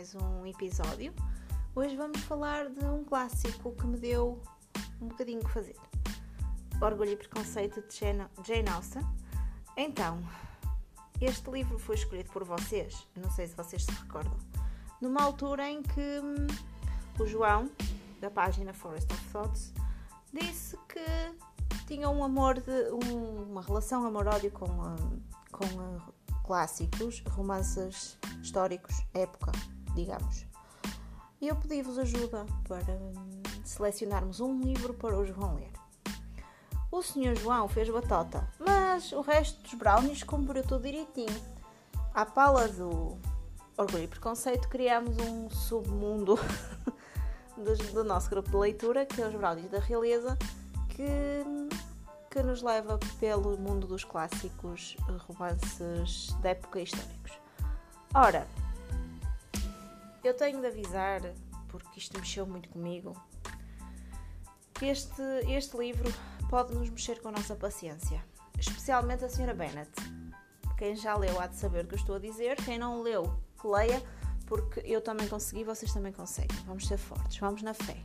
mais um episódio. Hoje vamos falar de um clássico que me deu um bocadinho que fazer. Orgulho e Preconceito de Jane Austen. Então, este livro foi escolhido por vocês, não sei se vocês se recordam, numa altura em que o João, da página Forest of Thoughts, disse que tinha uma relação amor-ódio com clássicos, romances históricos, época, digamos. E eu pedi-vos ajuda para selecionarmos um livro para hoje vão ler. O Sr. João fez batota, mas o resto dos brownies cumpriu tudo direitinho. À pala do Orgulho e Preconceito, criámos um submundo do nosso grupo de leitura, que é os brownies da realeza, que nos leva pelo mundo dos clássicos romances da época históricos. Ora, eu tenho de avisar, porque isto mexeu muito comigo, que este livro pode nos mexer com a nossa paciência, especialmente a Sra. Bennet. Quem já leu há de saber o que eu estou a dizer, quem não leu, que leia, porque eu também consegui, vocês também conseguem. Vamos ser fortes, vamos na fé.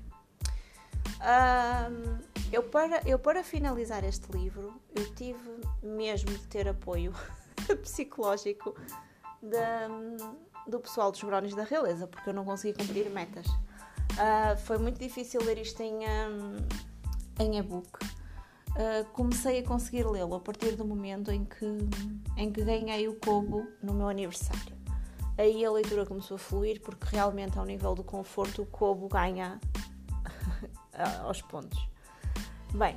Eu para finalizar este livro, eu tive mesmo de ter apoio psicológico do pessoal dos brownies da realeza, porque eu não consegui cumprir metas. Foi muito difícil ler isto em e-book. Comecei a conseguir lê-lo a partir do momento em que ganhei o Kobo no meu aniversário. Aí a leitura começou a fluir, porque realmente ao nível do conforto o Kobo ganha aos pontos. Bem,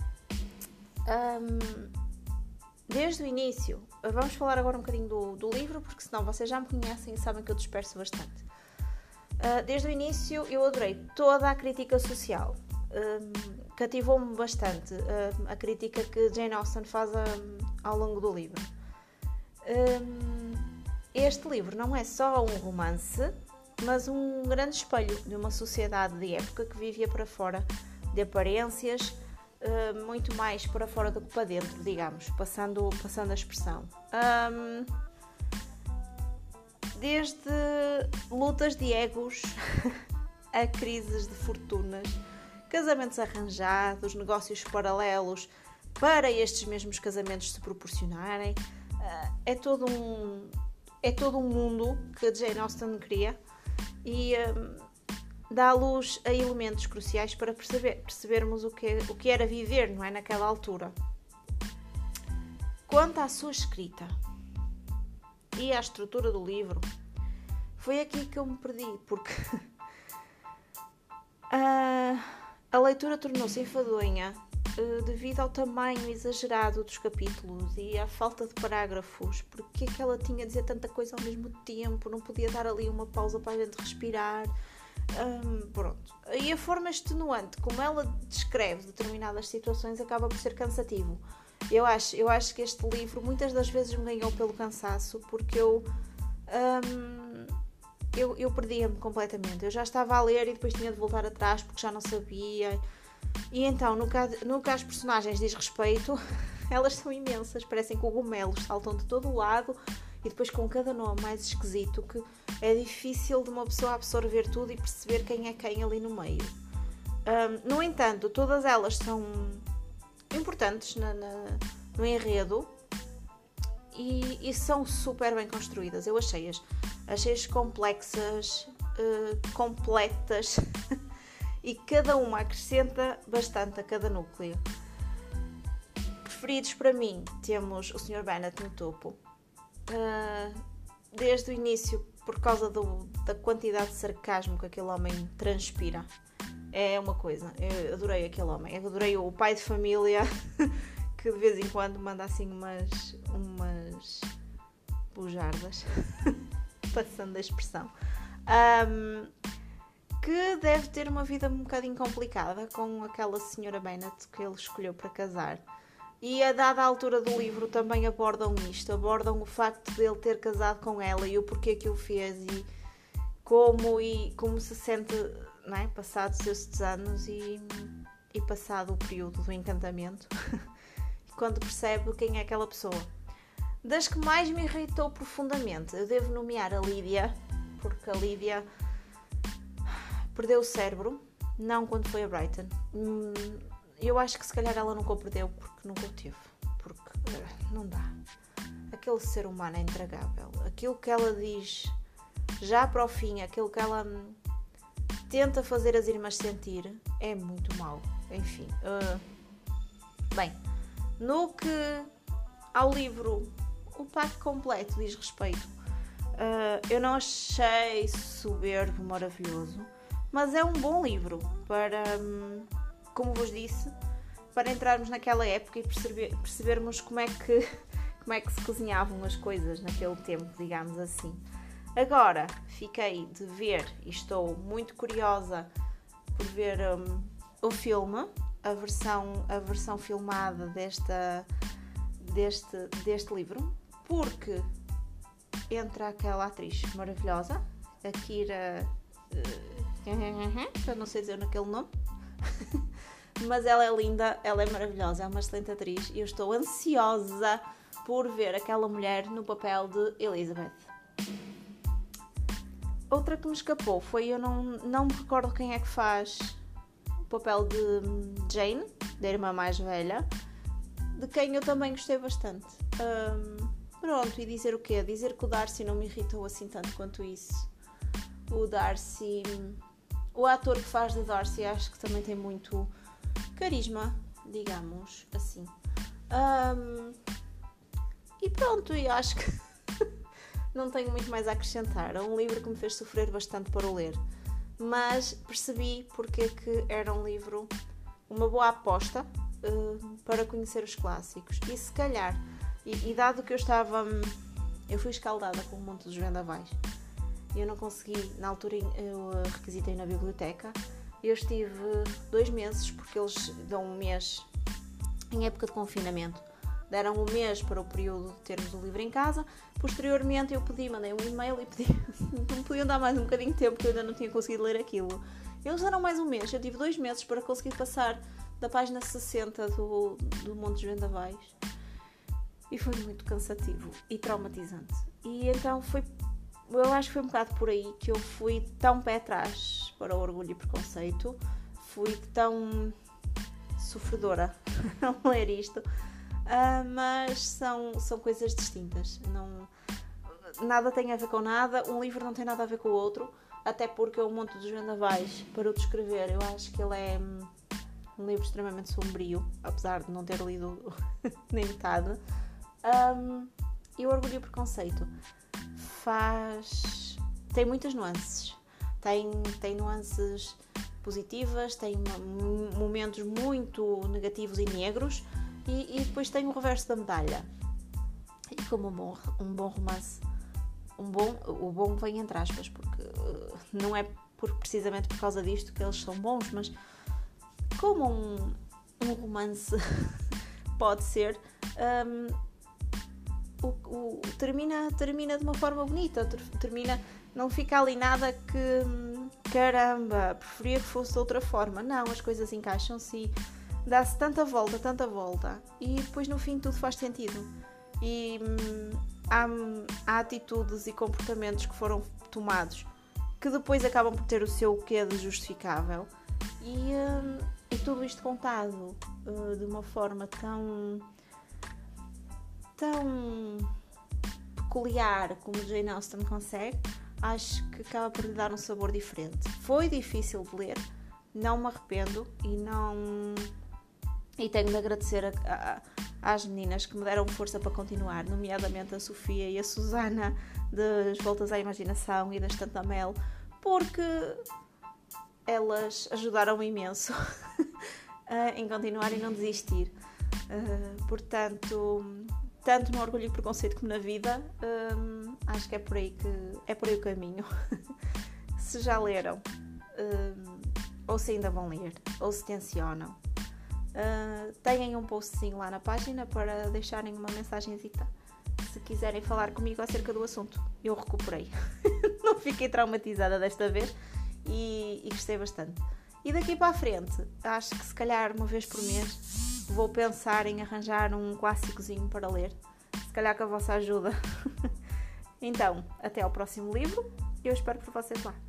desde o início, vamos falar agora um bocadinho do livro, porque senão vocês já me conhecem e sabem que eu disperso bastante. Desde o início eu adorei toda a crítica social. Cativou-me bastante a crítica que Jane Austen faz ao longo do livro. Este livro não é só um romance, mas um grande espelho de uma sociedade de época que vivia para fora de aparências, muito mais para fora do que para dentro, digamos, passando a expressão. Desde lutas de egos a crises de fortunas, casamentos arranjados, negócios paralelos para estes mesmos casamentos se proporcionarem. É todo um mundo que a Jane Austen cria e dá luz a elementos cruciais para percebermos o que era viver, não é, naquela altura. Quanto à sua escrita e à estrutura do livro, foi aqui que eu me perdi, porque a leitura tornou-se enfadonha devido ao tamanho exagerado dos capítulos e à falta de parágrafos, porque é que ela tinha a dizer tanta coisa ao mesmo tempo, não podia dar ali uma pausa para a gente respirar. Pronto. E a forma extenuante como ela descreve determinadas situações acaba por ser cansativo. Eu acho que este livro muitas das vezes me ganhou pelo cansaço, porque eu perdia-me completamente. Eu já estava a ler e depois tinha de voltar atrás porque já não sabia. E então, no que às personagens diz respeito, elas são imensas, parecem cogumelos, saltam de todo o lado e depois com cada nome mais esquisito, que é difícil de uma pessoa absorver tudo e perceber quem é quem ali no meio. No entanto, todas elas são importantes no enredo e são super bem construídas. Eu achei-as complexas, completas e cada uma acrescenta bastante a cada núcleo. Preferidos para mim, temos o Sr. Bennet no topo. Desde o início, por causa da quantidade de sarcasmo que aquele homem transpira. É uma coisa, eu adorei aquele homem. Eu adorei o pai de família que de vez em quando manda assim umas bujardas, passando a expressão. Que deve ter uma vida um bocadinho complicada com aquela Sra. Bennet que ele escolheu para casar. E a dada altura do livro também abordam o facto de ele ter casado com ela e o porquê que o fez e como se sente, não é? Passados estes anos e passado o período do encantamento, quando percebe quem é aquela pessoa. Das que mais me irritou profundamente, eu devo nomear a Lídia, porque a Lídia perdeu o cérebro, não quando foi a Brighton. Eu acho que se calhar ela nunca o perdeu porque nunca o teve, porque não dá. Aquele ser humano é intragável. Aquilo que ela diz já para o fim, aquilo que ela tenta fazer as irmãs sentir é muito mau. Enfim, bem, no que ao livro O Pack Completo diz respeito, eu não achei soberbo, maravilhoso, mas é um bom livro para, como vos disse, para entrarmos naquela época e percebermos como é que se cozinhavam as coisas naquele tempo, digamos assim. Agora, fiquei de ver e estou muito curiosa por ver o filme, a versão filmada deste livro, porque entra aquela atriz maravilhosa, a Kira, eu não sei dizer naquele nome, mas ela é linda, ela é maravilhosa, é uma excelente atriz e eu estou ansiosa por ver aquela mulher no papel de Elizabeth. Outra que me escapou foi, eu não me recordo quem é que faz o papel de Jane, da irmã mais velha, de quem eu também gostei bastante. Pronto, e dizer o quê? Dizer que o Darcy não me irritou assim tanto quanto isso. O Darcy, o ator que faz de Darcy, acho que também tem muito carisma, digamos assim. E pronto, e acho que não tenho muito mais a acrescentar. É um livro que me fez sofrer bastante para o ler, mas percebi porque é que era um livro, uma boa aposta para conhecer os clássicos. E se calhar, e dado que eu fui escaldada com o Monte dos Vendavais, eu não consegui, na altura eu requisitei na biblioteca, eu estive 2 meses, porque eles dão um mês em época de confinamento. Deram um mês para o período de termos o livro em casa. Posteriormente eu mandei um e-mail e pedi, não podiam dar mais um bocadinho de tempo, porque eu ainda não tinha conseguido ler aquilo. Eles deram mais um mês, eu tive 2 meses para conseguir passar da página 60 do Monte dos Vendavais. E foi muito cansativo e traumatizante. E então eu acho que foi um bocado por aí que eu fui tão pé atrás para o Orgulho e Preconceito. Fui tão sofredora a ler isto. Mas são coisas distintas. Nada tem a ver com nada. Um livro não tem nada a ver com o outro. Até porque o Monte dos Vendavais, para o descrever, eu acho que ele é um livro extremamente sombrio, apesar de não ter lido nem metade. E o Orgulho e Preconceito tem muitas nuances. Tem nuances positivas, tem momentos muito negativos e negros. E depois tem o reverso da medalha. E como um bom romance, o bom vem entre aspas, porque não é precisamente por causa disto que eles são bons, mas como um romance pode ser, termina de uma forma bonita, não fica ali nada que caramba, preferia que fosse de outra forma. Não, as coisas encaixam-se, dá-se tanta volta e depois no fim tudo faz sentido. E há atitudes e comportamentos que foram tomados que depois acabam por ter o seu quê de justificável e tudo isto contado de uma forma tão peculiar como Jane Austen consegue. Acho que acaba por lhe dar um sabor diferente. Foi difícil de ler, não me arrependo e tenho de agradecer às meninas que me deram força para continuar, nomeadamente a Sofia e a Susana das Voltas à Imaginação e da Estante Mel, porque elas ajudaram imenso em continuar e não desistir. Portanto, tanto no Orgulho e Preconceito como na vida, acho que é por aí o caminho. Se já leram, ou se ainda vão ler, ou se tencionam, tenham um postzinho lá na página para deixarem uma mensagenzita se quiserem falar comigo acerca do assunto. Eu recuperei. Não fiquei traumatizada desta vez e gostei bastante. E daqui para a frente, acho que se calhar uma vez por mês vou pensar em arranjar um clássicozinho para ler, se calhar com a vossa ajuda. Então, até ao próximo livro Eu espero por vocês lá.